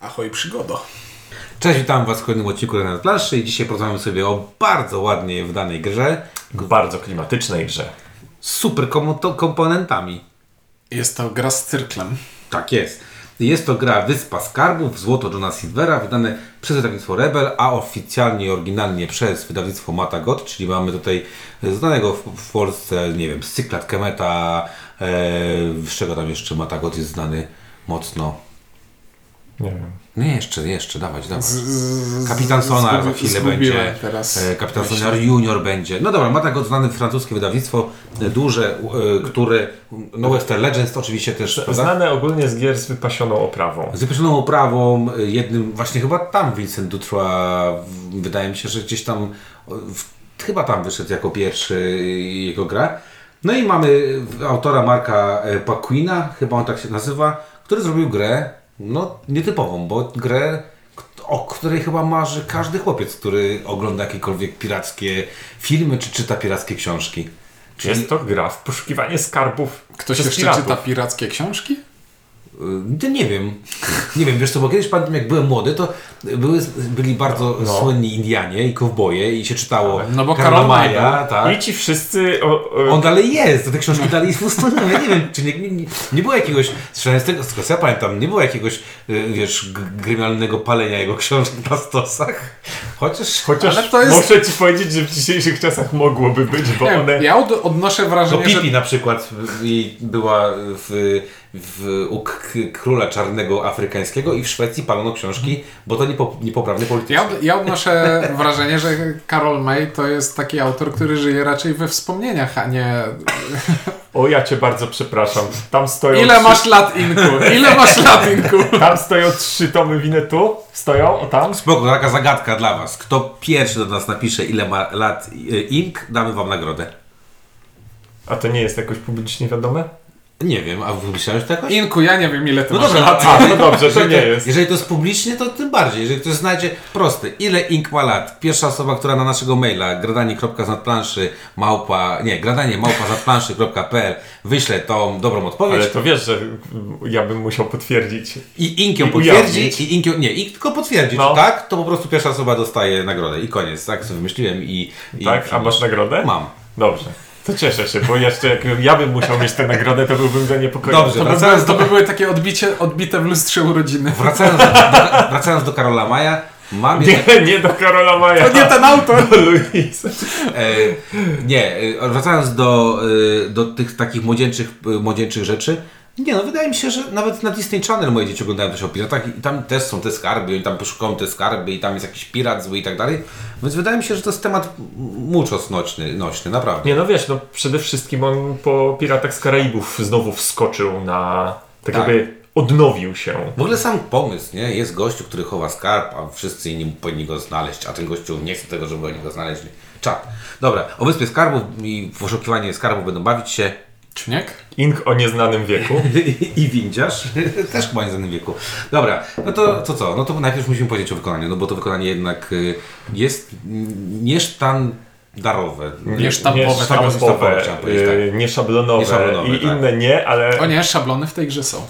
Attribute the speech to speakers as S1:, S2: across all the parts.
S1: Ahoj przygodo.
S2: Cześć, witam Was w kolejnym odcinku na planszy i dzisiaj porozmawiamy sobie o bardzo ładnie wydanej grze.
S3: Bardzo klimatycznej grze.
S2: Z super komponentami.
S1: Jest to gra z cyrklem.
S2: Tak jest. Jest to gra Wyspa Skarbów, Złoto Johna Silvera, wydane przez wydawnictwo Rebel, a oficjalnie i oryginalnie przez wydawnictwo Matagot, czyli mamy tutaj znanego w Polsce, nie wiem, z Cyklad Kemeta, z czego tam jeszcze Matagot jest znany mocno.
S3: Nie wiem.
S2: Nie, jeszcze, dawać. Kapitan Sonar za chwilę będzie. Kapitan Sonar Junior będzie. No dobra, Matagot znane francuskie wydawnictwo, duże, które, no Western Legends oczywiście też.
S3: Znane ogólnie z gier z wypasioną oprawą.
S2: Z wypasioną oprawą, jednym, właśnie chyba tam Vincent Dutrois, wydaje mi się, że gdzieś tam, chyba tam wyszedł jako pierwszy jego gra. No i mamy autora Marka Paquina, chyba on tak się nazywa, który zrobił grę, no nietypową, bo grę, o której chyba marzy każdy chłopiec, który ogląda jakiekolwiek pirackie filmy, czy czyta pirackie książki.
S3: Czyli jest to gra w poszukiwanie skarbów.
S1: Ktoś jeszcze piratów. Czyta pirackie książki?
S2: Nie wiem, wiesz co, bo kiedyś pamiętam, jak byłem młody, to byli bardzo słynni Indianie i kowboje i się czytało
S1: no bo Karol May,
S2: tak.
S3: I ci wszyscy...
S2: On dalej jest, te książki dalej istnieją. Ja nie wiem, czy nie było jakiegoś, z tego co ja pamiętam, nie było jakiegoś, wiesz, genialnego palenia jego książek na stosach. Chociaż
S3: ale to jest... muszę ci powiedzieć, że w dzisiejszych czasach mogłoby być, bo
S1: nie,
S3: one...
S1: Ja odnoszę wrażenie,
S2: Pipi że... na przykład była u króla czarnego afrykańskiego i w Szwecji palono książki, bo to niepoprawne politycznie.
S1: Ja odnoszę wrażenie, że Karol May to jest taki autor, który żyje raczej we wspomnieniach, a nie...
S3: O, ja cię bardzo przepraszam. Tam stoją...
S1: Ile masz lat, Inku?
S3: Tam stoją 3 tomy Winnetu. Stoją, o tam.
S2: Spoko, taka zagadka dla Was. Kto pierwszy do nas napisze, ile ma lat Ink, damy Wam nagrodę.
S3: A to nie jest jakoś publicznie wiadome?
S2: Nie wiem, a myślałeś to jakoś?
S1: Inku, ja nie wiem, ile ty
S2: no
S1: masz
S2: dobra,
S1: lat.
S3: No dobrze, to nie jest.
S2: Jeżeli to jest publicznie, to tym bardziej. Jeżeli ktoś znajdzie proste, ile Ink ma lat. Pierwsza osoba, która na naszego maila gradanie.zaplanszy@zaplanszy.pl wyśle tą dobrą odpowiedź.
S3: Ale to wiesz, że ja bym musiał potwierdzić.
S2: I Ink ją potwierdzi. Ink tylko potwierdzi, no. Tak? To po prostu pierwsza osoba dostaje nagrodę. I koniec, tak? Co wymyśliłem
S3: tak? A masz nagrodę?
S2: Mam.
S3: Dobrze. To cieszę się, bo jeszcze jak ja bym musiał mieć tę nagrodę, to byłbym zaniepokojony.
S2: Dobrze,
S1: to by były takie odbite w lustrze urodziny.
S2: Wracając do Karola Maya, mam
S3: nie do Karola Maya.
S1: To nie ten autor.
S3: Luis.
S2: Wracając do tych takich młodzieńczych rzeczy. Nie, no wydaje mi się, że nawet na Disney Channel moje dzieci oglądają coś o piratach i tam też są te skarby, oni tam poszukują te skarby i tam jest jakiś pirat zły i tak dalej. Więc wydaje mi się, że to jest temat muchos nośny, naprawdę.
S3: Nie, no wiesz, no przede wszystkim on po Piratach z Karaibów znowu wskoczył na... Tak jakby odnowił się.
S2: W ogóle sam pomysł, nie? Jest gościu, który chowa skarb, a wszyscy inni powinni go znaleźć, a ten gościu nie chce tego, żeby oni go znaleźli. Czad. Dobra, o Wyspie Skarbów i poszukiwanie skarbów będą bawić się
S1: Czuniek?
S3: Ink o nieznanym wieku.
S2: I windziarz. Też chyba o nieznanym wieku. Dobra, no to co? No to najpierw musimy powiedzieć o wykonaniu, no bo to wykonanie jednak jest niesztandarowe.
S3: Nieszablonowe, nieszablonowe i inne nie, ale...
S1: O nie, szablony w tej grze są.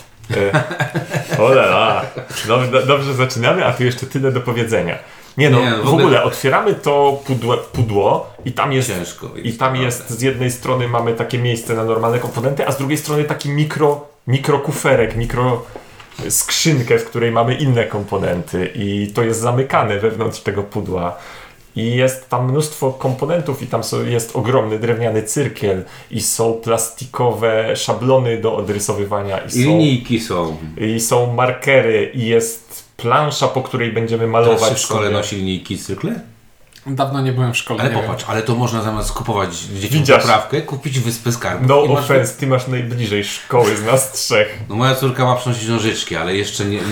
S3: Ola, dobrze zaczynamy, a tu jeszcze tyle do powiedzenia. W ogóle otwieramy to pudło i tam jest
S2: ciężko.
S3: I tam jest z jednej strony mamy takie miejsce na normalne komponenty, a z drugiej strony taki mikrokuferek, skrzynkę, w której mamy inne komponenty i to jest zamykane wewnątrz tego pudła. I jest tam mnóstwo komponentów i tam jest ogromny drewniany cyrkiel i są plastikowe szablony do odrysowywania.
S2: I linijki są.
S3: I są markery i jest plansza, po której będziemy malować.
S2: Teraz się w szkole nosi linijki cyrkle?
S1: Dawno nie byłem w szkole.
S2: Ale popatrz, ale to można zamiast kupować dzieciom poprawkę, kupić Wyspę Skarbów.
S3: No offense, ty masz najbliżej szkoły z nas trzech.
S2: No moja córka ma przynosić nożyczki, ale jeszcze nie...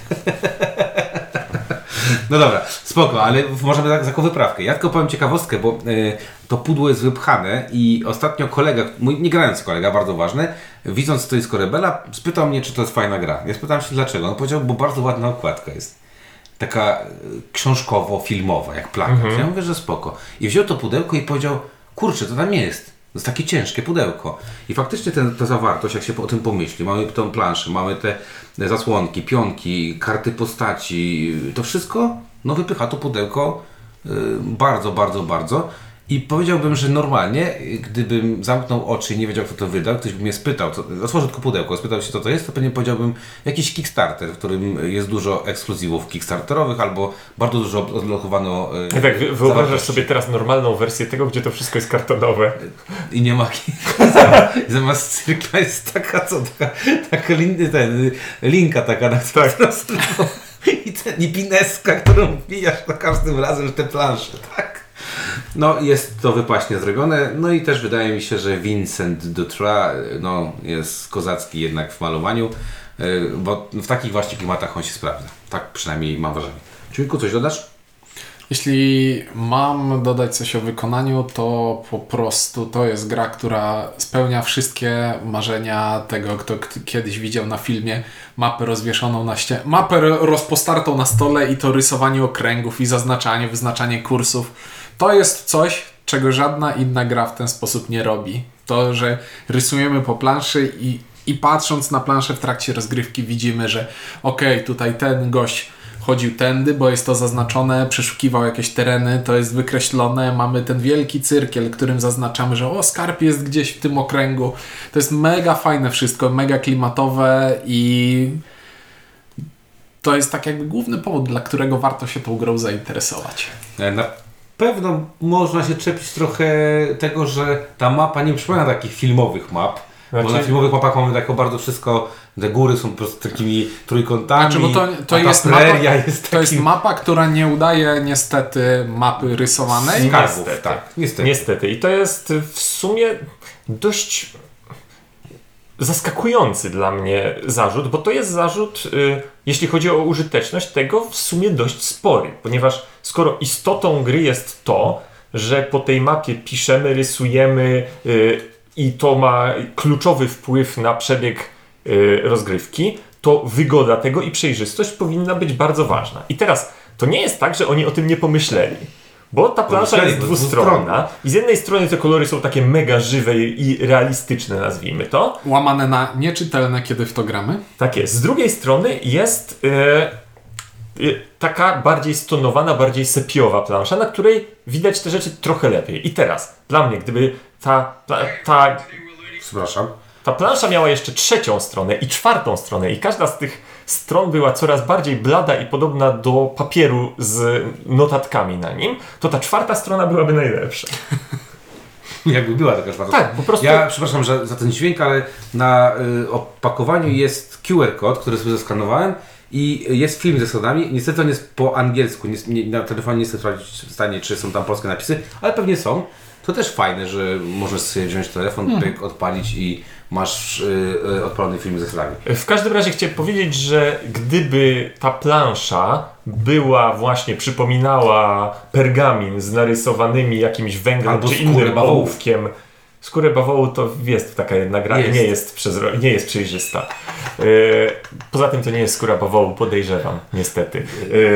S2: No dobra, spoko, ale możemy za taką wyprawkę. Ja tylko powiem ciekawostkę, bo to pudło jest wypchane i ostatnio kolega, mój niegrający kolega, bardzo ważny, widząc stoisko Rebela, spytał mnie, czy to jest fajna gra. Ja spytałem się dlaczego. On powiedział, bo bardzo ładna okładka jest. Taka książkowo-filmowa, jak plakat. Ja mówię, że spoko. I wziął to pudełko i powiedział, kurczę, to tam jest. jest takie ciężkie pudełko. I faktycznie ta zawartość, jak się o tym pomyśli, mamy tą planszę, mamy te zasłonki, pionki, karty postaci, to wszystko wypycha to pudełko bardzo, bardzo, bardzo. I powiedziałbym, że normalnie, gdybym zamknął oczy i nie wiedział, kto to wydał, ktoś by mnie spytał, otworzył tylko pudełko, spytał się, co to jest, to pewnie powiedziałbym jakiś Kickstarter, w którym jest dużo ekskluzywów kickstarterowych, albo bardzo dużo odblokowano
S3: Tak, wyobrażasz sobie teraz normalną wersję tego, gdzie to wszystko jest kartonowe.
S2: I nie ma zamiast cyrkla jest taka linka taka, na którą i pineska, którą wbijasz za każdym razem w te plansze, tak? No, jest to wypaśnie zrobione, no i też wydaje mi się, że Vincent Dutra jest kozacki jednak w malowaniu, bo w takich właśnie klimatach on się sprawdza. Tak przynajmniej mam wrażenie. Czujku, coś dodasz?
S1: Jeśli mam dodać coś o wykonaniu, to po prostu to jest gra, która spełnia wszystkie marzenia tego, kto kiedyś widział na filmie mapę rozwieszoną na ścianie, mapę rozpostartą na stole i to rysowanie okręgów i zaznaczanie, wyznaczanie kursów. To jest coś, czego żadna inna gra w ten sposób nie robi. To, że rysujemy po planszy i patrząc na planszę w trakcie rozgrywki widzimy, że tutaj ten gość chodził tędy, bo jest to zaznaczone, przeszukiwał jakieś tereny, to jest wykreślone, mamy ten wielki cyrkiel, którym zaznaczamy, że skarb jest gdzieś w tym okręgu. To jest mega fajne wszystko, mega klimatowe i to jest tak jakby główny powód, dla którego warto się tą grą zainteresować.
S2: Na pewno można się czepić trochę tego, że ta mapa nie przypomina takich filmowych map. Bo na filmowych mapach mamy tak bardzo wszystko, te góry są po prostu takimi trójkątami,
S1: bo to jest
S2: preria
S1: to jest mapa, która nie udaje niestety mapy rysowanej.
S2: Skarbów, tak.
S3: Niestety. I to jest w sumie dość zaskakujący dla mnie zarzut, bo to jest zarzut, jeśli chodzi o użyteczność tego, w sumie dość spory, ponieważ skoro istotą gry jest to, że po tej mapie piszemy, rysujemy i to ma kluczowy wpływ na przebieg rozgrywki, to wygoda tego i przejrzystość powinna być bardzo ważna. I teraz to nie jest tak, że oni o tym nie pomyśleli. Bo ta plansza jest dwustronna i z jednej strony te kolory są takie mega żywe i realistyczne, nazwijmy to.
S1: Łamane na nieczytelne, kiedy w to gramy.
S3: Tak jest. Z drugiej strony jest taka bardziej stonowana, bardziej sepiowa plansza, na której widać te rzeczy trochę lepiej. I teraz, dla mnie, gdyby ta plansza miała jeszcze trzecią stronę i czwartą stronę i każda z tych stron była coraz bardziej blada i podobna do papieru z notatkami na nim, to ta czwarta strona byłaby najlepsza.
S2: Jakby była taka czwarta.
S3: Tak, po prostu.
S2: Ja przepraszam za ten dźwięk, ale na opakowaniu jest QR kod, który sobie zeskanowałem i jest film ze schodami. Niestety on jest po angielsku. Na telefonie nie jestem w stanie, czy są tam polskie napisy, ale pewnie są. To też fajne, że możesz sobie wziąć telefon, odpalić i masz odpalony film ze schodami.
S3: W każdym razie chciałem powiedzieć, że gdyby ta plansza przypominała pergamin z narysowanymi jakimś węglem
S2: albo
S3: czy innym ołówkiem. Skórę bawołu to jest taka jedna gra i nie jest przejrzysta. Poza tym to nie jest skóra bawołu, podejrzewam, niestety.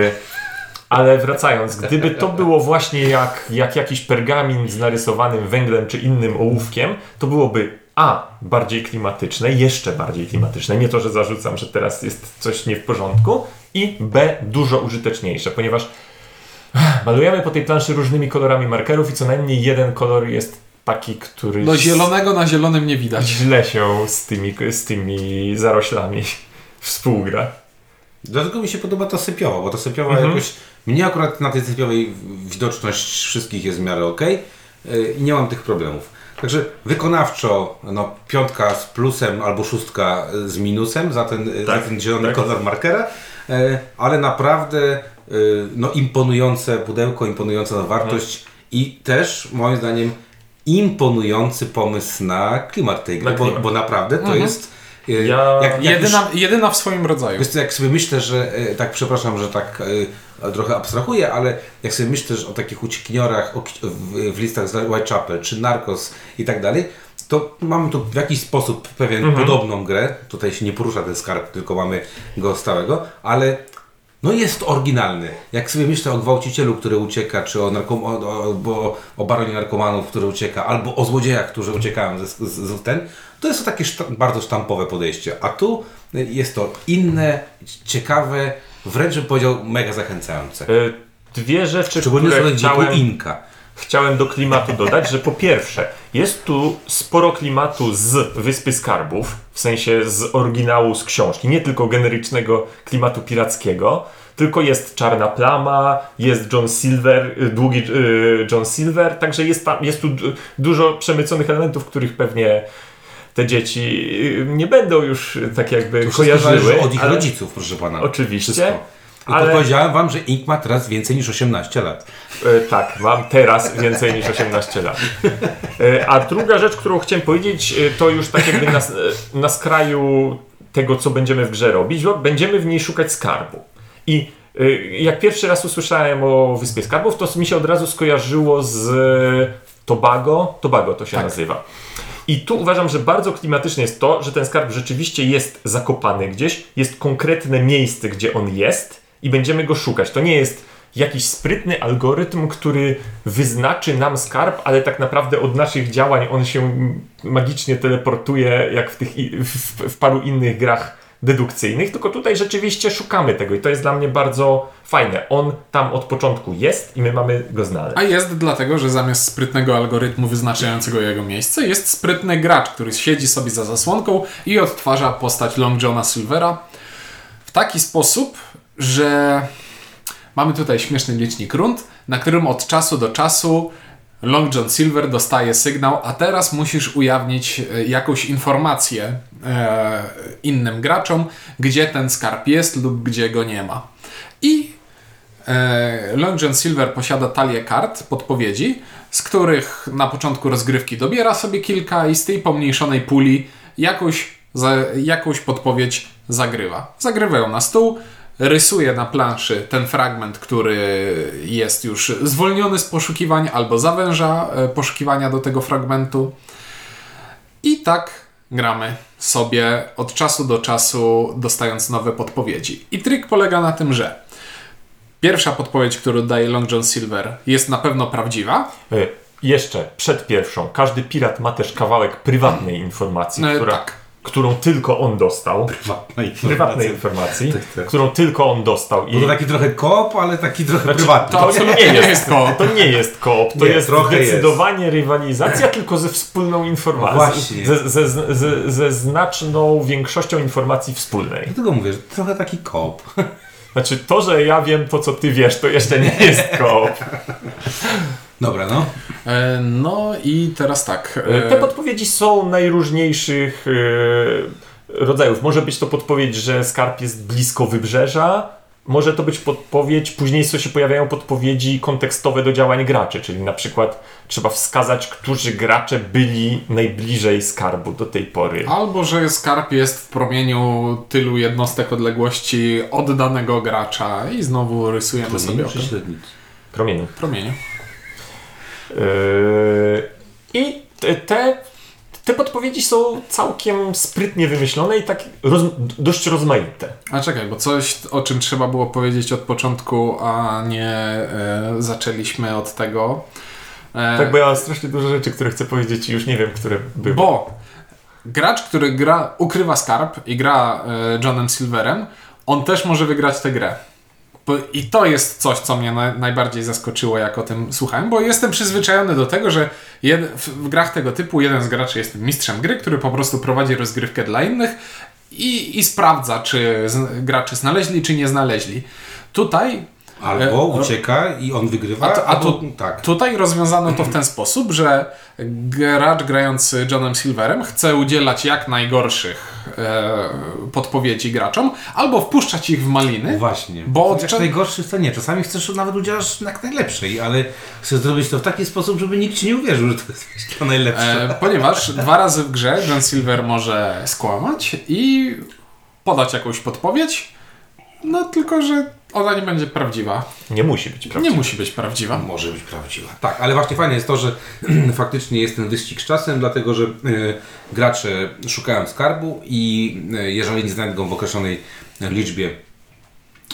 S3: Ale wracając, gdyby to było właśnie jak jakiś pergamin z narysowanym węglem czy innym ołówkiem, to byłoby bardziej klimatyczne, jeszcze bardziej klimatyczne. Nie to, że zarzucam, że teraz jest coś nie w porządku. I B, dużo użyteczniejsze, ponieważ malujemy po tej planszy różnymi kolorami markerów i co najmniej jeden kolor jest taki, który...
S1: Do zielonego na zielonym nie widać.
S3: Źle się z tymi zaroślami współgra.
S2: Dlatego mi się podoba ta sypiowa, bo ta sypiowa jakoś... Mnie akurat na tej sypiowej widoczność wszystkich jest w miarę okej i nie mam tych problemów. Także wykonawczo 5 z plusem albo 6 z minusem za ten zielony kolor markera, ale naprawdę imponujące pudełko, imponująca zawartość i też moim zdaniem imponujący pomysł na klimat tej gry, bo naprawdę to jest
S1: jedyna w swoim rodzaju.
S2: Wiesz co, jak sobie myślę, że tak przepraszam, że tak trochę abstrahuję, ale jak sobie myślisz o takich uciekiniorach w listach z Whitechapel czy Narcos i tak dalej, to mamy tu w jakiś sposób pewien podobną grę. Tutaj się nie porusza ten skarb, tylko mamy go stałego, ale no jest oryginalny. Jak sobie myślę o gwałcicielu, który ucieka, czy o baronie narkomanów, który ucieka, albo o złodziejach, którzy uciekają to jest to takie bardzo sztampowe podejście. A tu jest to inne, ciekawe, wręcz bym powiedział mega zachęcające.
S3: Dwie rzeczy,
S2: Szczególnie
S3: które
S2: Inka.
S3: chciałem do klimatu dodać, że po pierwsze, jest tu sporo klimatu z Wyspy Skarbów, w sensie z oryginału z książki, nie tylko generycznego klimatu pirackiego, tylko jest Czarna Plama, jest John Silver, długi John Silver, także jest tu dużo przemyconych elementów, których pewnie te dzieci nie będą już tak jakby
S2: to
S3: kojarzyły.
S2: Od ich rodziców, proszę pana.
S3: Oczywiście.
S2: Wszystko. Ale powiedziałem wam, że Ink ma teraz więcej niż 18 lat.
S3: Tak, mam teraz więcej niż 18 lat. A druga rzecz, którą chciałem powiedzieć, to już tak jakby na skraju tego, co będziemy w grze robić, bo będziemy w niej szukać skarbu. I jak pierwszy raz usłyszałem o Wyspie Skarbów, to mi się od razu skojarzyło z Tobago. Tobago to się nazywa. I tu uważam, że bardzo klimatyczne jest to, że ten skarb rzeczywiście jest zakopany gdzieś, jest konkretne miejsce, gdzie on jest i będziemy go szukać. To nie jest jakiś sprytny algorytm, który wyznaczy nam skarb, ale tak naprawdę od naszych działań on się magicznie teleportuje, jak w paru innych grach dedukcyjnych, tylko tutaj rzeczywiście szukamy tego i to jest dla mnie bardzo fajne. On tam od początku jest i my mamy go znaleźć.
S1: A jest dlatego, że zamiast sprytnego algorytmu wyznaczającego jego miejsce, jest sprytny gracz, który siedzi sobie za zasłonką i odtwarza postać Long Johna Silvera w taki sposób, że mamy tutaj śmieszny licznik rund, na którym od czasu do czasu Long John Silver dostaje sygnał, a teraz musisz ujawnić jakąś informację innym graczom, gdzie ten skarb jest lub gdzie go nie ma. I Long John Silver posiada talię kart, podpowiedzi, z których na początku rozgrywki dobiera sobie kilka i z tej pomniejszonej puli jakąś podpowiedź zagrywa. Zagrywa ją na stół, rysuje na planszy ten fragment, który jest już zwolniony z poszukiwań albo zawęża poszukiwania do tego fragmentu. I tak gramy sobie od czasu do czasu, dostając nowe podpowiedzi. I trik polega na tym, że pierwsza podpowiedź, którą daje Long John Silver, jest na pewno prawdziwa.
S3: Jeszcze przed pierwszą. Każdy pirat ma też kawałek prywatnej informacji, którą tylko on dostał. Prywatnej informacji,
S2: tak.
S3: którą tylko on dostał.
S2: To taki trochę koop, ale taki trochę prywatny.
S3: To nie jest koop. To nie jest koop. To jest zdecydowanie rywalizacja, tylko ze wspólną informacją.
S2: Właśnie.
S3: Ze znaczną większością informacji wspólnej.
S2: Dlatego mówię, że trochę taki koop.
S3: Znaczy to, że ja wiem to, co ty wiesz, to jeszcze nie jest koop.
S2: Dobra, no.
S1: No i teraz tak.
S3: Te podpowiedzi są najróżniejszych rodzajów. Może być to podpowiedź, że skarb jest blisko wybrzeża. Może to być podpowiedź, później się pojawiają podpowiedzi kontekstowe do działań graczy, czyli na przykład trzeba wskazać, którzy gracze byli najbliżej skarbu do tej pory.
S1: Albo, że skarb jest w promieniu tylu jednostek odległości od danego gracza i znowu rysujemy sobie o tym. Promieniu.
S3: I te podpowiedzi są całkiem sprytnie wymyślone i tak dość rozmaite.
S1: A czekaj, bo coś, o czym trzeba było powiedzieć od początku, a nie zaczęliśmy od tego.
S3: Tak, bo ja mam strasznie dużo rzeczy, które chcę powiedzieć i już nie wiem, które były.
S1: Bo gracz, który ukrywa skarb i gra Johnem Silverem, on też może wygrać tę grę. I to jest coś, co mnie najbardziej zaskoczyło, jak o tym słuchałem, bo jestem przyzwyczajony do tego, że w grach tego typu jeden z graczy jest mistrzem gry, który po prostu prowadzi rozgrywkę dla innych i sprawdza, czy gracze znaleźli, czy nie znaleźli. Tutaj
S2: albo ucieka i on wygrywa,
S1: tutaj rozwiązano to w ten sposób, że gracz grający Johnem Silverem chce udzielać jak najgorszych podpowiedzi graczom, albo wpuszczać ich w maliny.
S2: Właśnie.
S1: Bo
S2: najgorszych to nie. Czasami chcesz nawet udzielasz jak najlepszej, ale chcesz zrobić to w taki sposób, żeby nikt ci nie uwierzył, że to jest to najlepsze.
S1: Ponieważ 2 razy w grze John Silver może skłamać i podać jakąś podpowiedź, no tylko, że ona nie będzie prawdziwa.
S3: Nie musi być prawdziwa.
S1: Nie musi być prawdziwa.
S2: Może być prawdziwa. Tak, ale właśnie fajne jest to, że faktycznie jest ten wyścig z czasem, dlatego że gracze szukają skarbu i jeżeli nie znajdą go w określonej liczbie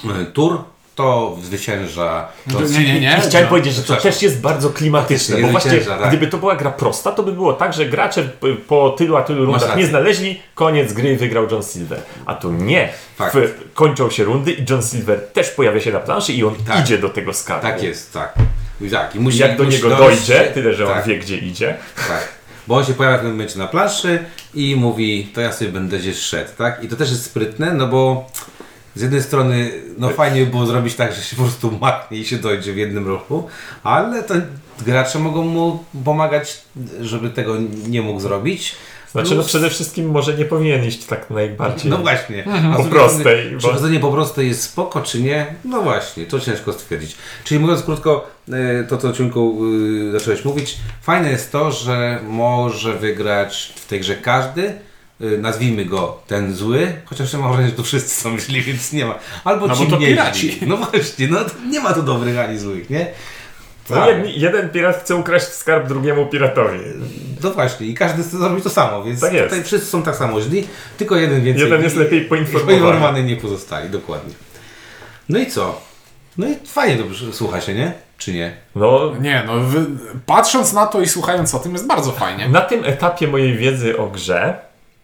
S2: tur, to zwycięża...
S1: Nie.
S3: Chciałem powiedzieć, że to też jest bardzo klimatyczne, bo właśnie
S2: tak.
S3: gdyby to była gra prosta, to by było tak, że gracze po tylu a tylu rundach nie znaleźli, koniec gry, wygrał John Silver. A tu nie. Kończą się rundy i John Silver też pojawia się na planszy i on idzie do tego skarbu.
S2: Tak jest, tak. I
S3: musi, jak do niego dojdzie, tyle że on wie, gdzie idzie.
S2: Tak. Bo on się pojawia w tym momencie na planszy i mówi, to ja sobie będę gdzieś szedł, tak? I to też jest sprytne, no bo z jednej strony, no fajnie by było zrobić tak, że się po prostu machnie i się dojdzie w jednym ruchu, ale to gracze mogą mu pomagać, żeby tego nie mógł zrobić.
S3: Znaczy, no przede wszystkim może nie powinien iść tak najbardziej
S2: no właśnie.
S3: po prostej.
S2: Przechodzenie po prostej jest spoko, czy nie? No właśnie, to ciężko stwierdzić. Czyli mówiąc krótko, to co Ciunku zacząłeś mówić, fajne jest to, że może wygrać w tej grze każdy, nazwijmy go ten zły, chociaż mam wrażenie, że to wszyscy są źli, więc nie ma. Albo ci
S1: to
S2: mniej
S1: piraci.
S2: źli. No właśnie, no nie ma tu dobrych ani złych, nie?
S3: No jeden pirat chce ukraść skarb drugiemu piratowi.
S2: No właśnie, i każdy chce zrobić to samo, więc
S3: tak
S2: tutaj wszyscy są tak samo źli, tylko jeden więcej.
S3: Jeden jest lepiej poinformowany.
S2: Nie pozostali, dokładnie. No i co? No i fajnie dobrze słucha się, nie? Czy nie?
S3: No,
S1: patrząc na to i słuchając o tym jest bardzo fajnie.
S3: Na tym etapie mojej wiedzy o grze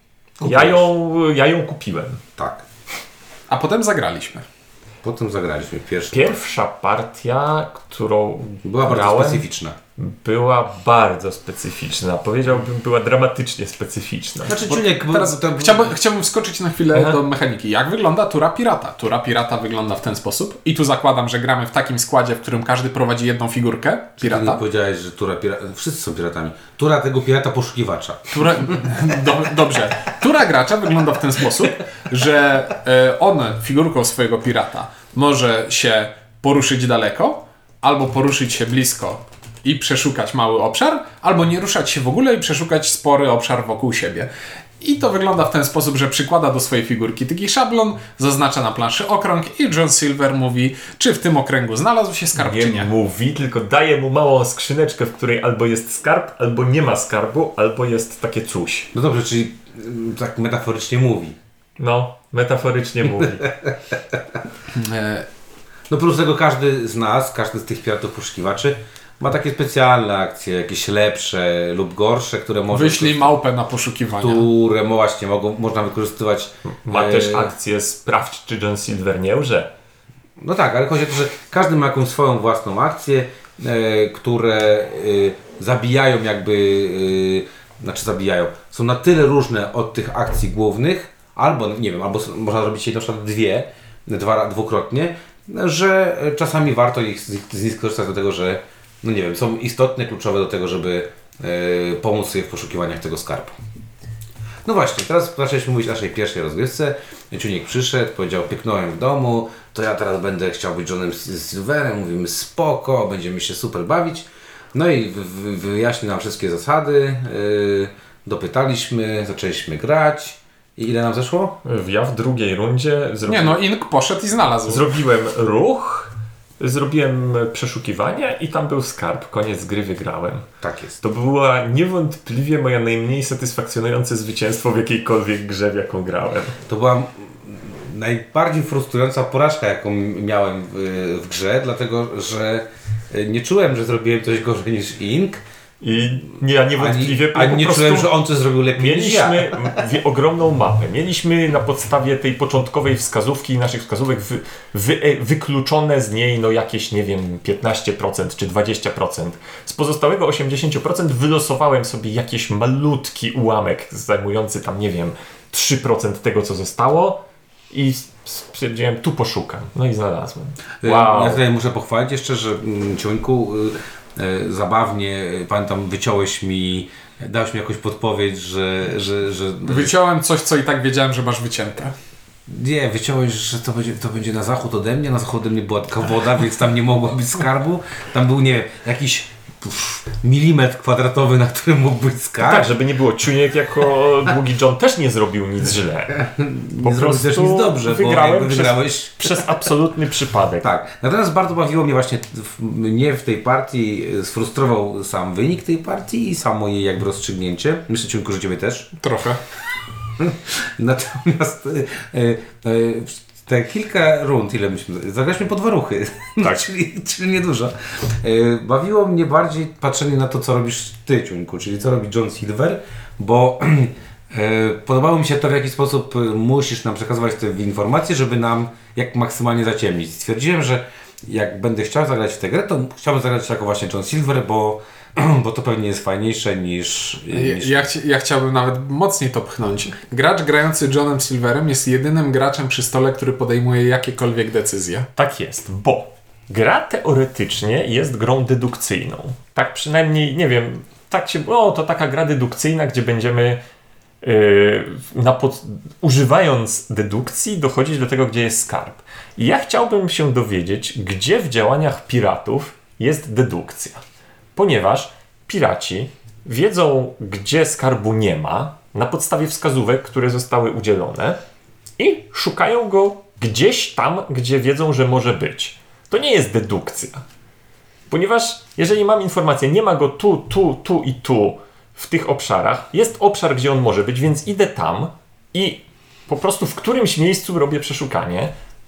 S3: ja ją kupiłem.
S2: Tak.
S1: A potem zagraliśmy.
S2: Potem zagraliśmy
S3: Pierwsza partia, którą
S2: była
S3: grałem,
S2: bardzo specyficzna.
S3: Była bardzo specyficzna. Powiedziałbym, była dramatycznie specyficzna.
S2: Znaczy, Czuniek,
S1: teraz chciałbym wskoczyć na chwilę do mechaniki. Jak wygląda tura pirata? Tura pirata wygląda w ten sposób. I tu zakładam, że gramy w takim składzie, w którym każdy prowadzi jedną figurkę pirata.
S2: Ty nie powiedziałeś, że tura pirata... Wszyscy są piratami. Tura tego pirata poszukiwacza.
S1: Dobrze. Tura gracza wygląda w ten sposób, że on figurką swojego pirata może się poruszyć daleko, albo poruszyć się blisko i przeszukać mały obszar, albo nie ruszać się w ogóle i przeszukać spory obszar wokół siebie. I to wygląda w ten sposób, że przykłada do swojej figurki taki szablon, zaznacza na planszy okrąg i John Silver mówi, czy w tym okręgu znalazł się skarb, czy nie.
S3: Mówi, tylko daje mu małą skrzyneczkę, w której albo jest skarb, albo nie ma skarbu, albo jest takie coś.
S2: No dobrze, czyli tak metaforycznie mówi.
S3: No, metaforycznie mówi.
S2: No plus tego każdy z nas, każdy z tych piratów poszukiwaczy ma takie specjalne akcje, jakieś lepsze lub gorsze, które może...
S1: Wyślij małpę na poszukiwania.
S2: Które właśnie można wykorzystywać...
S3: Ma też akcję sprawdź, czy John Silver nie łże.
S2: No tak, ale chodzi o to, że każdy ma jakąś swoją własną akcję, które zabijają zabijają. Są na tyle różne od tych akcji głównych, albo nie wiem, albo można zrobić je na przykład dwukrotnie, że czasami warto z nich skorzystać do tego, że no nie wiem, są istotne, kluczowe do tego, żeby pomóc sobie w poszukiwaniach tego skarbu. No właśnie, teraz zaczęliśmy mówić o naszej pierwszej rozgrywce. Ciuniek przyszedł, powiedział, pyknąłem w domu, to ja teraz będę chciał być Johnem Silverem, mówimy spoko, będziemy się super bawić. No i wyjaśnił nam wszystkie zasady, dopytaliśmy, zaczęliśmy grać. I ile nam zeszło?
S3: Ja w drugiej rundzie
S1: Ink poszedł i znalazł.
S3: Zrobiłem ruch, zrobiłem przeszukiwanie i tam był skarb. Koniec gry, wygrałem.
S2: Tak jest.
S3: To była niewątpliwie moja najmniej satysfakcjonujące zwycięstwo w jakiejkolwiek grze, w jaką grałem.
S2: To była najbardziej frustrująca porażka, jaką miałem w grze, dlatego że nie czułem, że zrobiłem coś gorzej niż Ink.
S3: I ja niewątpliwie
S2: ani nie czułem, że on coś zrobił lepiej niż ja.
S3: Mieliśmy ogromną mapę. Mieliśmy na podstawie tej początkowej wskazówki, naszych wskazówek wykluczone z niej jakieś, nie wiem, 15% czy 20%. Z pozostałego 80% wylosowałem sobie jakiś malutki ułamek zajmujący tam, nie wiem, 3% tego, co zostało i stwierdziłem, tu poszukam. No i znalazłem.
S2: Wow. Ja tutaj muszę pochwalić jeszcze, że Ciuńku zabawnie, pamiętam, dałeś mi jakąś podpowiedź, że...
S1: Wyciąłem coś, co i tak wiedziałem, że masz wycięte.
S2: Nie, wyciąłeś, że to będzie na zachód ode mnie. Na zachód ode mnie była taka woda, więc tam nie mogło być skarbu. Tam był, nie wiem, jakiś milimetr kwadratowy, na którym mógł być skarb.
S3: Tak, żeby nie było, Ciuniek jako Długi John też nie zrobił nic źle.
S2: Po prostu też nic dobrze,
S3: wygrałem
S2: bo wygrałeś
S3: przez absolutny przypadek.
S2: Tak. Natomiast bardzo bawiło mnie właśnie mnie w tej partii, sfrustrował sam wynik tej partii i samo jej jakby rozstrzygnięcie. Myślę, Ciunku, że Ciebie też.
S1: Trochę.
S2: Natomiast te kilka rund, ile myśmy zagraliśmy po 2 ruchy,
S3: Tak.
S2: czyli niedużo. Bawiło mnie bardziej patrzenie na to, co robisz ty, Ciuńku, czyli co robi John Silver, bo podobało mi się to, w jaki sposób musisz nam przekazywać te informacje, żeby nam jak maksymalnie zaciemnić. Stwierdziłem, że jak będę chciał zagrać w tę grę, to chciałbym zagrać jako właśnie John Silver, bo to pewnie jest fajniejsze niż...
S1: Ja chciałbym nawet mocniej to pchnąć. Gracz grający Johnem Silverem jest jedynym graczem przy stole, który podejmuje jakiekolwiek decyzje.
S3: Tak jest, bo gra teoretycznie jest grą dedukcyjną. Tak przynajmniej, nie wiem, to taka gra dedukcyjna, gdzie będziemy używając dedukcji dochodzić do tego, gdzie jest skarb. I ja chciałbym się dowiedzieć, gdzie w działaniach piratów jest dedukcja. Ponieważ piraci wiedzą, gdzie skarbu nie ma na podstawie wskazówek, które zostały udzielone i szukają go gdzieś tam, gdzie wiedzą, że może być. To nie jest dedukcja. Ponieważ jeżeli mam informację, nie ma go tu i tu w tych obszarach, jest obszar, gdzie on może być, więc idę tam i po prostu w którymś miejscu robię przeszukanie,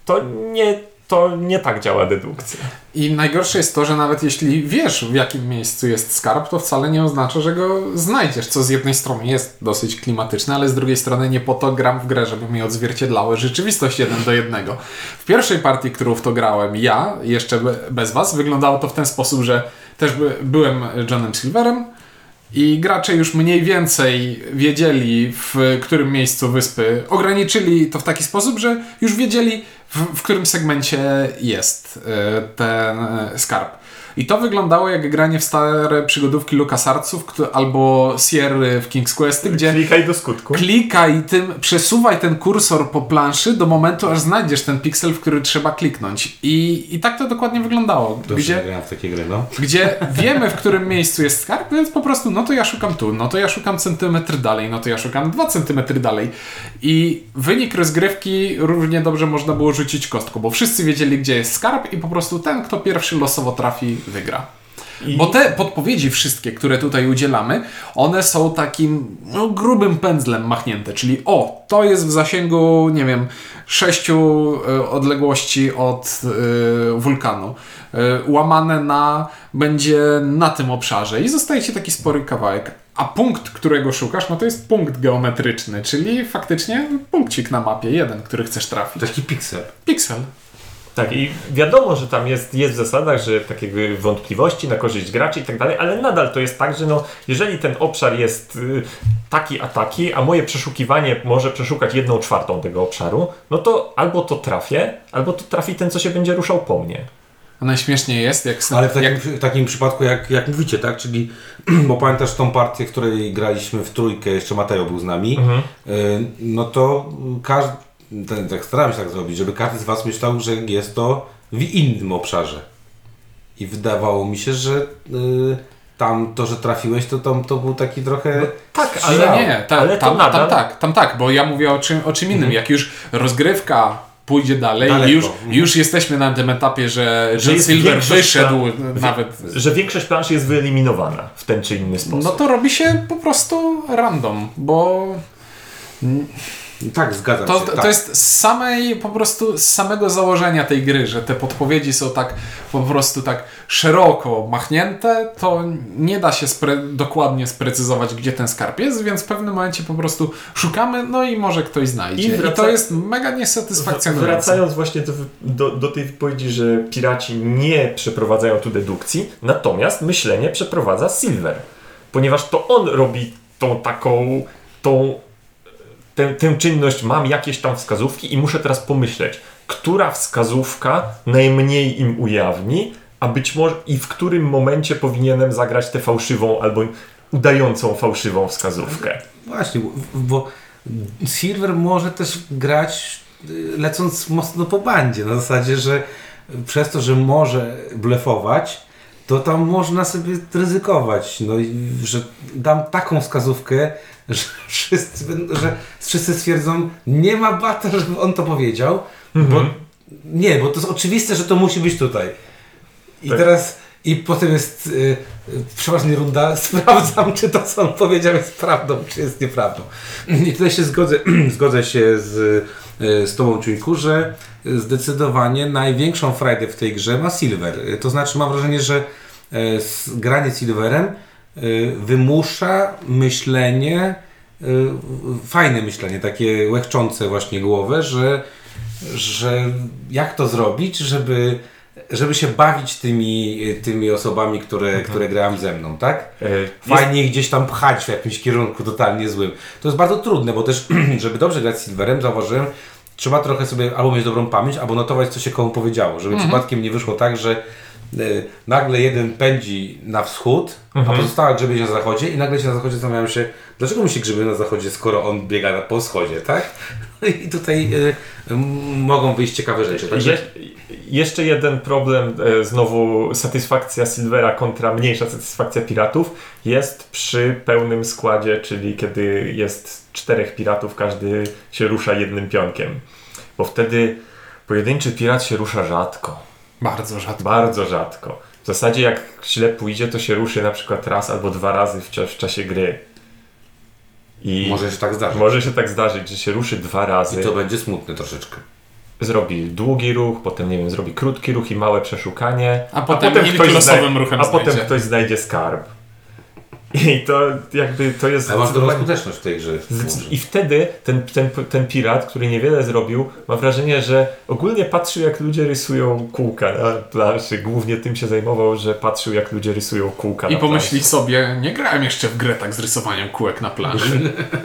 S3: to nie tak działa dedukcja.
S1: I najgorsze jest to, że nawet jeśli wiesz, w jakim miejscu jest skarb, to wcale nie oznacza, że go znajdziesz, co z jednej strony jest dosyć klimatyczne, ale z drugiej strony nie po to gram w grę, żeby mi odzwierciedlały rzeczywistość 1:1. W pierwszej partii, którą w to grałem ja, jeszcze bez was, wyglądało to w ten sposób, że też byłem Johnem Silverem i gracze już mniej więcej wiedzieli, w którym miejscu wyspy. Ograniczyli to w taki sposób, że już wiedzieli, w którym segmencie jest ten skarb. I to wyglądało jak granie w stare przygodówki LucasArtsów albo Sierry w King's Questy, gdzie
S3: Klikaj do skutku.
S1: klikaj przesuwaj ten kursor po planszy do momentu, aż znajdziesz ten piksel, w który trzeba kliknąć. I tak to dokładnie wyglądało.
S2: Dobrze, grałem w takie gry, no.
S1: Gdzie wiemy, w którym miejscu jest skarb, więc po prostu, no to ja szukam tu, no to ja szukam centymetr dalej, no to ja szukam 2 centymetry dalej. I wynik rozgrywki równie dobrze można było rzucić kostką, bo wszyscy wiedzieli, gdzie jest skarb i po prostu ten, kto pierwszy losowo trafi, wygra. Bo te podpowiedzi wszystkie, które tutaj udzielamy, one są takim grubym pędzlem machnięte, czyli to jest w zasięgu, nie wiem, 6 odległości od wulkanu. Łamane będzie na tym obszarze i zostaje ci taki spory kawałek. A punkt, którego szukasz, no to jest punkt geometryczny, czyli faktycznie punkcik na mapie, jeden, który chcesz trafić.
S2: Taki piksel.
S1: Piksel.
S3: Tak, i wiadomo, że tam jest w zasadach, że takie wątpliwości na korzyść graczy i tak dalej, ale nadal to jest tak, że jeżeli ten obszar jest taki, a moje przeszukiwanie może przeszukać 1/4 tego obszaru, no to albo to trafię, albo to trafi ten, co się będzie ruszał po mnie.
S1: A najśmieszniej jest,
S2: Ale w takim przypadku, jak mówicie, tak? Czyli, bo pamiętasz tą partię, w której graliśmy w trójkę, jeszcze Mateo był z nami, no to tak starałem się tak zrobić, żeby każdy z was myślał, że jest to w innym obszarze. I wydawało mi się, że tam to, że trafiłeś, to był taki trochę...
S3: No, tak,
S1: ale tam tak, bo ja mówię o czym innym. Jak już rozgrywka pójdzie dalej i już jesteśmy na tym etapie, że Silver wyszedł nawet...
S3: Że większość planszy jest wyeliminowana w ten czy inny sposób.
S1: No to robi się po prostu random, bo...
S2: Tak, zgadzam się.
S1: To jest z samego założenia tej gry, że te podpowiedzi są tak po prostu tak szeroko machnięte, to nie da się dokładnie sprecyzować, gdzie ten skarb jest, więc w pewnym momencie po prostu szukamy, no i może ktoś znajdzie. I to jest mega niesatysfakcjonujące.
S3: Wracając właśnie do tej wypowiedzi, że piraci nie przeprowadzają tu dedukcji, natomiast myślenie przeprowadza Silver. Ponieważ to on robi tę czynność, mam jakieś tam wskazówki i muszę teraz pomyśleć, która wskazówka najmniej im ujawni, a być może i w którym momencie powinienem zagrać tę fałszywą albo udającą fałszywą wskazówkę.
S2: Właśnie, bo Silver może też grać lecąc mocno po bandzie, na zasadzie, że przez to, że może blefować, to tam można sobie ryzykować, no i że dam taką wskazówkę, że wszyscy stwierdzą, nie ma bata, żeby on to powiedział, bo to jest oczywiste, że to musi być tutaj. I
S3: tak.
S2: Teraz, i potem jest przeważnie runda, sprawdzam, czy to, co on powiedział, jest prawdą, czy jest nieprawdą. I tutaj się zgodzę się z z Tobą, Ciuńku, że zdecydowanie największą frajdę w tej grze ma Silver. To znaczy mam wrażenie, że granie Silverem wymusza myślenie, fajne myślenie, takie łechczące właśnie głowę, że jak to zrobić, żeby się bawić tymi osobami, które grają ze mną, tak? Fajnie gdzieś tam pchać w jakimś kierunku totalnie złym. To jest bardzo trudne, bo też, żeby dobrze grać z Silverem, zauważyłem, trzeba trochę sobie albo mieć dobrą pamięć, albo notować, co się komu powiedziało, żeby przypadkiem nie wyszło tak, że nagle jeden pędzi na wschód, a pozostała grzebie się na zachodzie i nagle się na zachodzie zastanawiam się, dlaczego mu się grzebie na zachodzie, skoro on biega po wschodzie, tak? I tutaj mogą wyjść ciekawe rzeczy. Także...
S3: Jeszcze jeden problem, znowu satysfakcja Silvera kontra mniejsza satysfakcja piratów jest przy pełnym składzie, czyli kiedy jest 4 piratów, każdy się rusza jednym pionkiem. Bo wtedy pojedynczy pirat się rusza rzadko.
S1: Bardzo rzadko.
S3: Bardzo rzadko. W zasadzie jak źle pójdzie, to się ruszy na przykład raz albo 2 razy w czasie gry. I
S2: może się tak zdarzyć.
S3: Może się tak zdarzyć, że się ruszy 2 razy.
S2: I to będzie smutne troszeczkę.
S3: Zrobi długi ruch, potem nie wiem, zrobi krótki ruch i małe przeszukanie.
S1: A potem losowym ruchem
S3: a potem ktoś znajdzie skarb. I to jakby to jest...
S2: Ale masz dobrą skuteczność w tej grze.
S3: I wtedy ten pirat, który niewiele zrobił, ma wrażenie, że ogólnie patrzył, jak ludzie rysują kółka na planszy. Głównie tym się zajmował, że patrzył, jak ludzie rysują kółka na
S1: planszy. I pomyśli sobie, nie grałem jeszcze w grę tak z rysowaniem kółek na planszy.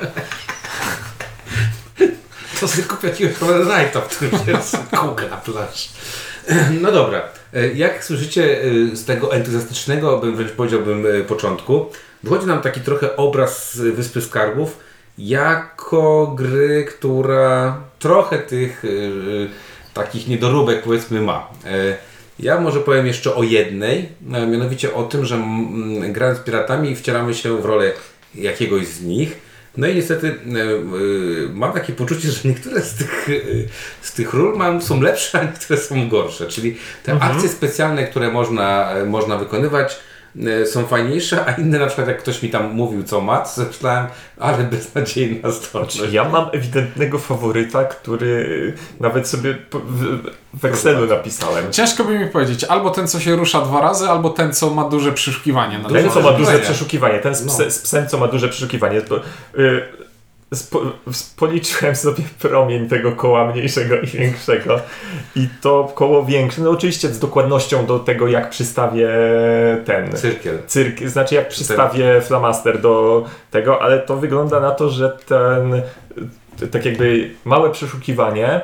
S2: To sobie kupię jakiegoś Knighta, w którym jest kółkę na planszy. No dobra. Jak słyszycie z tego entuzjastycznego, wręcz powiedziałbym, początku, wychodzi nam taki trochę obraz Wyspy Skarbów jako gry, która trochę tych takich niedoróbek, powiedzmy, ma. Ja może powiem jeszcze o jednej, mianowicie o tym, że grając z piratami wcielamy się w rolę jakiegoś z nich. No i niestety mam takie poczucie, że niektóre z tych ról są lepsze, a niektóre są gorsze. Czyli te akcje specjalne, które można wykonywać, są fajniejsze, a inne, na przykład jak ktoś mi tam mówił, co ma, to myślałem, ale beznadziejna zdolność.
S3: Ja mam ewidentnego faworyta, który nawet sobie w Excelu napisałem.
S1: Ciężko by mi powiedzieć, albo ten, co się rusza 2 razy, albo ten, co ma duże przeszukiwanie.
S3: Ten, co ma duże przeszukiwanie, ten z psem, co ma duże przeszukiwanie. Policzyłem sobie promień tego koła mniejszego i większego i to koło większe, no oczywiście z dokładnością do tego, jak przystawię ten cyrkiel, znaczy jak przystawię flamaster do tego, ale to wygląda na to, że tak jakby małe przeszukiwanie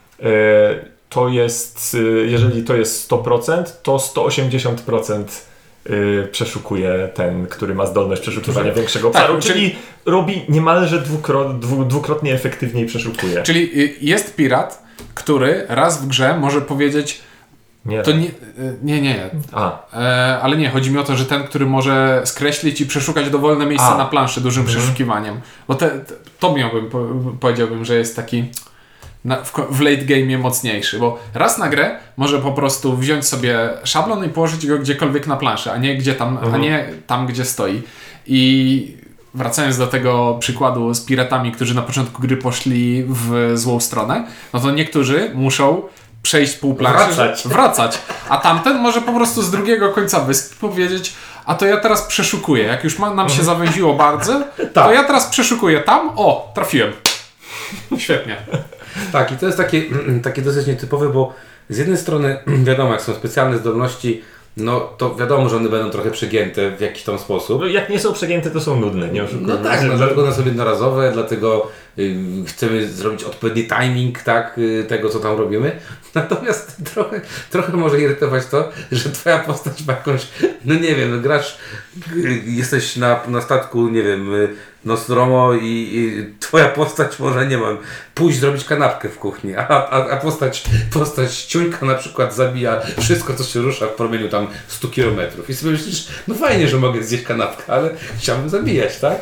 S3: to jest, jeżeli to jest 100%, to 180% przeszukuje ten, który ma zdolność przeszukiwania większego obszaru, czyli robi niemalże dwukrotnie efektywniej przeszukuje.
S1: Czyli jest pirat, który raz w grze może powiedzieć
S3: nie.
S1: To nie. Ale nie, chodzi mi o to, że ten, który może skreślić i przeszukać dowolne miejsce na planszy dużym przeszukiwaniem. Bo to powiedziałbym, że jest taki w late game'ie mocniejszy, bo raz na grę może po prostu wziąć sobie szablon i położyć go gdziekolwiek na planszy, a nie tam, gdzie stoi. I wracając do tego przykładu z piratami, którzy na początku gry poszli w złą stronę, no to niektórzy muszą przejść pół planszy, wracać. A tamten może po prostu z drugiego końca wyspy powiedzieć, a to ja teraz przeszukuję. Jak już nam się zawęziło bardzo, to ja teraz przeszukuję tam. O, trafiłem. Świetnie.
S2: Tak, i to jest takie dosyć nietypowe, bo z jednej strony wiadomo, jak są specjalne zdolności, no to wiadomo, że one będą trochę przegięte w jakiś tam sposób.
S3: No, jak nie są przegięte, to są nudne, nie oszukujmy.
S2: No tak, dlatego one są jednorazowe, dlatego chcemy zrobić odpowiedni timing, tak, tego, co tam robimy. Natomiast trochę może irytować to, że twoja postać ma jakąś, no nie wiem, grasz, jesteś na statku, nie wiem, Nostromo i twoja postać może, nie wiem, pójść zrobić kanapkę w kuchni, a postać Ciuńka na przykład zabija wszystko, co się rusza w promieniu tam 100 km. I sobie myślisz, no fajnie, że mogę zjeść kanapkę, ale chciałbym zabijać, tak?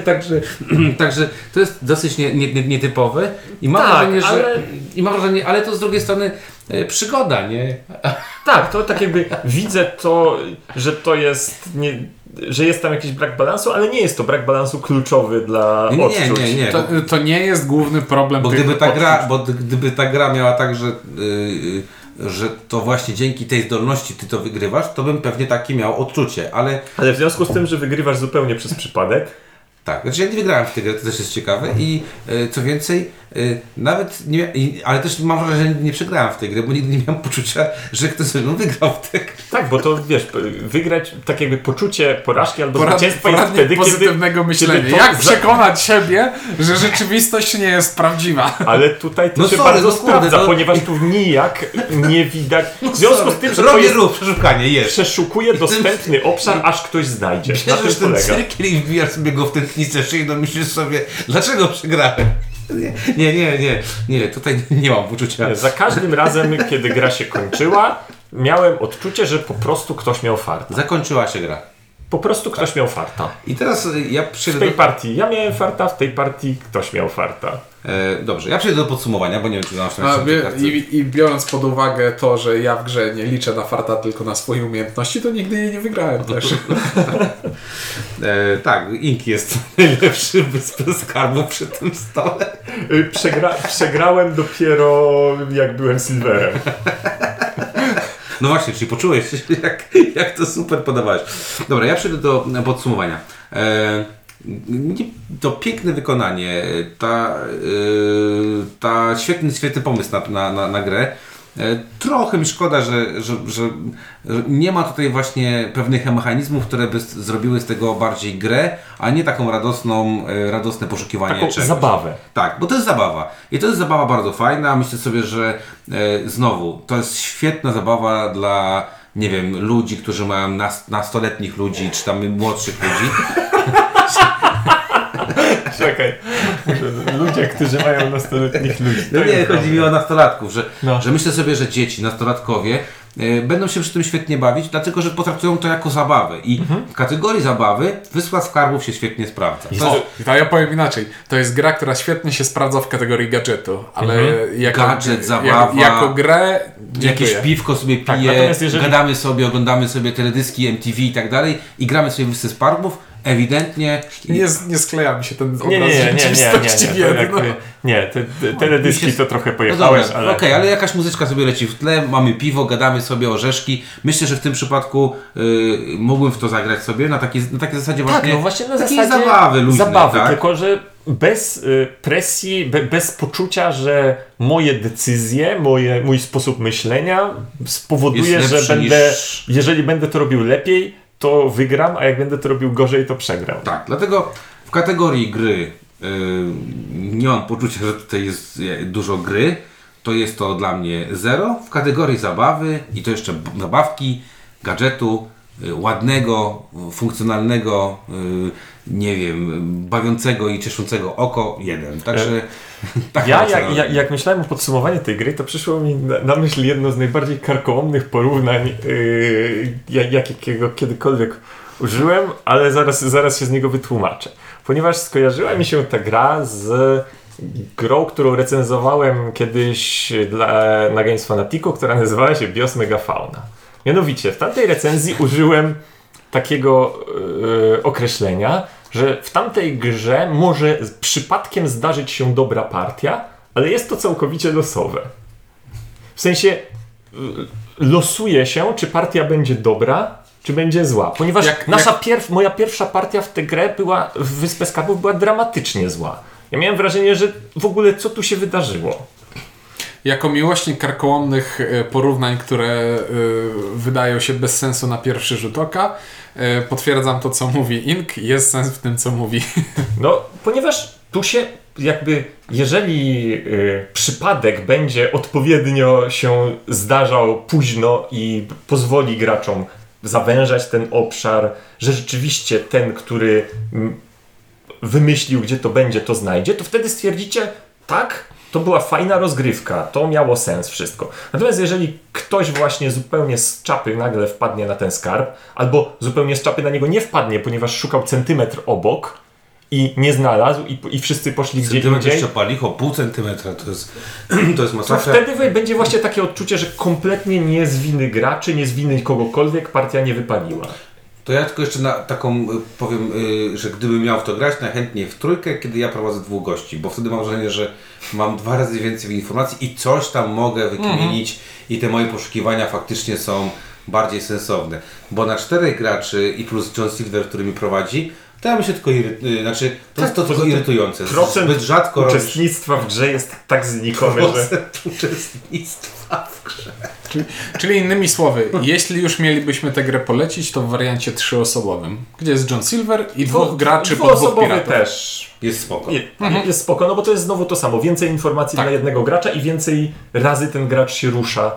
S2: Także to jest dosyć nietypowe i mam wrażenie, ale to z drugiej strony przygoda, nie?
S3: Tak, to tak jakby widzę to, że to jest że jest tam jakiś brak balansu, ale nie jest to brak balansu kluczowy dla odczuć.
S2: Nie.
S1: To nie jest główny problem
S2: Bo
S1: tych
S2: gdyby ta gra miała tak, że to właśnie dzięki tej zdolności ty to wygrywasz, to bym pewnie takie miał odczucie, ale
S3: Ale w związku z tym, że wygrywasz zupełnie przez przypadek,
S2: tak, znaczy ja nie wygrałem w tę grę, to też jest ciekawe i co więcej, nawet nie, ale też mam wrażenie, że nie przegrałem w tej grze, bo nigdy nie miałem poczucia, że ktoś ze mną wygrał w tę grę.
S3: tak, bo to wiesz, wygrać tak jakby poczucie porażki albo zwycięstwa jest wtedy,
S1: pozytywnego myślenia.
S3: kiedy to
S1: Jak przekonać siebie, że rzeczywistość nie jest prawdziwa?
S3: Ale tutaj to
S2: No
S3: się
S2: sorry,
S3: bardzo
S2: no kurde,
S3: sprawdza,
S2: no-
S3: ponieważ tu nijak nie widać. W związku z tym, że to
S2: robię
S3: jest,
S2: ruch, przeszukanie, jest.
S3: przeszukuje dostępny obszar, aż ktoś znajdzie. Na tym
S2: Bierzesz ten
S3: polega.
S2: cyrkiel i wbijasz sobie go w tętnicę szyi, no myślisz sobie, dlaczego przegrałem? Nie, tutaj nie mam poczucia.
S3: Nie, za każdym razem, kiedy gra się kończyła, miałem odczucie, że po prostu ktoś miał farta.
S2: Zakończyła się gra.
S3: Po prostu ktoś miał farta.
S2: I teraz ja
S3: W
S2: przejdę
S3: tej
S2: do...
S3: partii ja miałem farta, w tej partii ktoś miał farta.
S2: Dobrze, ja przejdę do podsumowania, bo nie wiem, czy masz
S1: A, I biorąc pod uwagę to, że ja w grze nie liczę na farta, tylko na swoje umiejętności, to nigdy jej nie wygrałem też.
S2: Tak, Ink jest najlepszy bez skarbu przy tym stole.
S3: Przegrałem dopiero jak byłem silverem.
S2: No właśnie, czyli poczułeś, jak to super podawałeś. Dobra, ja przejdę do podsumowania. To piękne wykonanie, ta świetny pomysł na grę. Trochę mi szkoda, że nie ma tutaj właśnie pewnych mechanizmów, które by zrobiły z tego bardziej grę, a nie taką radosne poszukiwanie
S3: Taką
S2: czegoś.
S3: zabawę.
S2: Tak, bo to jest zabawa. I to jest zabawa bardzo fajna. Myślę sobie, że znowu, to jest świetna zabawa dla, nie wiem, ludzi, którzy mają nastoletnich ludzi, czy tam młodszych ludzi.
S3: Czekaj. Ludzie, którzy mają nastoletnich ludzi.
S2: No
S3: To
S2: nie,
S3: jest
S2: chodzi mi
S3: dobre.
S2: o nastolatków,
S3: No.
S2: że myślę sobie, że dzieci, nastolatkowie będą się przy tym świetnie bawić, dlatego że potraktują to jako zabawę. I w kategorii zabawy Wyspa Skarbów się świetnie sprawdza.
S1: To ja powiem inaczej. To jest gra, która świetnie się sprawdza w kategorii gadżetu, ale
S2: Gadżet, zabawa,
S1: jako grę
S2: jakieś
S1: dziękuję.
S2: piwko sobie
S3: Tak,
S2: pije,
S3: natomiast jeżeli-
S2: gadamy sobie, oglądamy sobie teledyski MTV i tak dalej i gramy sobie w Wyspę Skarbów. Ewidentnie
S1: Nie skleja mi się ten obraz
S3: Nie,
S1: rzeczywistości w
S3: to
S1: jedno.
S3: jakby, nie, teledyski to trochę
S2: No
S3: pojechałeś,
S2: dobra,
S3: ale...
S2: okej, ale jakaś muzyczka sobie leci w tle, mamy piwo, gadamy sobie orzeszki. Myślę, że w tym przypadku mógłbym w to zagrać sobie na takiej zasadzie
S3: Tak,
S2: właśnie,
S3: no właśnie na
S2: takiej
S3: zasadzie
S2: zabawy luźnej, tak?
S3: tylko że bez presji, bez poczucia, że moje decyzje, mój sposób myślenia spowoduje,
S2: Jest
S3: że
S2: lepszy
S3: jeżeli będę to robił lepiej, to wygram, a jak będę to robił gorzej, to przegram.
S2: Tak, dlatego w kategorii gry nie mam poczucia, że tutaj jest dużo gry. To jest to dla mnie 0. W kategorii zabawy i to jeszcze zabawki, gadżetu, ładnego, funkcjonalnego, nie wiem, bawiącego i cieszącego oko 1. Także
S3: Jak myślałem o podsumowaniu tej gry, to przyszło mi na myśl jedno z najbardziej karkołomnych porównań, jakiego kiedykolwiek użyłem, ale zaraz się z niego wytłumaczę. Ponieważ skojarzyła mi się ta gra z grą, którą recenzowałem kiedyś na Games Fanaticu, która nazywała się BIOS Megafauna. Mianowicie, w tamtej recenzji użyłem takiego określenia, że w tamtej grze może przypadkiem zdarzyć się dobra partia, ale jest to całkowicie losowe. W sensie losuje się, czy partia będzie dobra, czy będzie zła. Ponieważ moja pierwsza partia w tę grę w Wyspę Skarbów była dramatycznie zła. Ja miałem wrażenie, że w ogóle co tu się wydarzyło.
S1: Jako miłośnik karkołomnych porównań, które wydają się bez sensu na pierwszy rzut oka, potwierdzam to, co mówi Ink. Jest sens w tym, co mówi.
S3: No, ponieważ tu się jakby, jeżeli przypadek będzie odpowiednio się zdarzał późno i pozwoli graczom zawężać ten obszar, że rzeczywiście ten, który wymyślił, gdzie to będzie, to znajdzie, to wtedy stwierdzicie, tak, to była fajna rozgrywka, to miało sens wszystko. Natomiast jeżeli ktoś właśnie zupełnie z czapy nagle wpadnie na ten skarb, albo zupełnie z czapy na niego nie wpadnie, ponieważ szukał centymetr obok i nie znalazł i wszyscy poszli gdzie indziej,
S2: pół centymetra, to jest
S3: to
S2: masakra.
S3: wtedy będzie właśnie takie odczucie, że kompletnie nie z winy graczy, nie z winy kogokolwiek partia nie wypaliła.
S2: To ja tylko jeszcze na taką powiem, że gdybym miał w to grać, najchętniej w trójkę, kiedy ja prowadzę 2 gości, bo wtedy mam wrażenie, że mam 2 razy więcej informacji i coś tam mogę wykminić i te moje poszukiwania faktycznie są bardziej sensowne. Bo na 4 graczy i plus John Silver, który mi prowadzi, to ja myślę tylko to jest to tylko irytujące.
S3: Procent
S2: Zbyt rzadko
S3: uczestnictwa w grze jest tak znikomy, że...
S2: procent uczestnictwa w grze.
S1: Czyli innymi słowy, jeśli już mielibyśmy tę grę polecić, to w wariancie 3-osobowym, gdzie jest John Silver i 2 graczy po 2
S3: dwuosobowy
S1: piratów.
S3: też.
S2: Jest spoko.
S3: Jest spoko, no bo to jest znowu to samo. Więcej informacji
S1: Tak.
S3: dla jednego gracza i więcej razy ten gracz się rusza,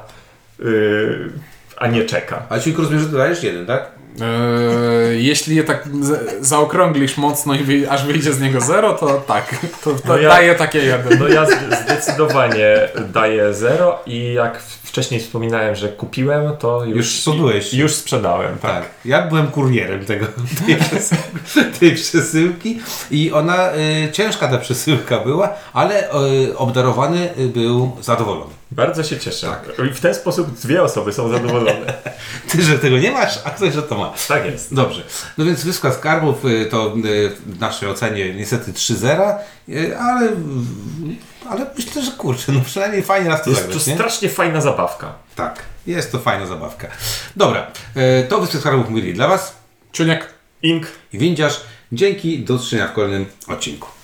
S3: a nie czeka.
S2: Ale Ciułku, rozumiem, że dodajesz 1, tak?
S1: Jeśli je tak zaokrąglisz mocno i aż wyjdzie z niego 0, to tak, to
S3: No ja-
S1: daje takie 1.
S3: No ja zdecydowanie daję 0 i jak wcześniej wspominałem, że kupiłem, to
S2: Już zdobyłeś.
S3: już sprzedałem, tak.
S2: Tak. Ja byłem kurierem tej przesyłki i ona, ciężka ta przesyłka była, ale obdarowany był zadowolony.
S3: Bardzo się cieszę.
S2: Tak.
S3: I w ten sposób 2 osoby są zadowolone.
S2: Ty, że tego nie masz, a ktoś, że to ma.
S3: Tak jest.
S2: Dobrze. No więc Wyspa Skarbów to w naszej ocenie niestety 3-0, ale myślę, że kurczę, no przynajmniej fajnie raz to
S3: Jest
S2: zagrać,
S3: to
S2: nie?
S3: strasznie fajna zabawka.
S2: Tak, jest to fajna zabawka. Dobra, to Wyspy Skarbów mówili dla Was
S1: Czuniek.
S3: Ink.
S2: i Windziarz. Dzięki, do usłyszenia w kolejnym odcinku.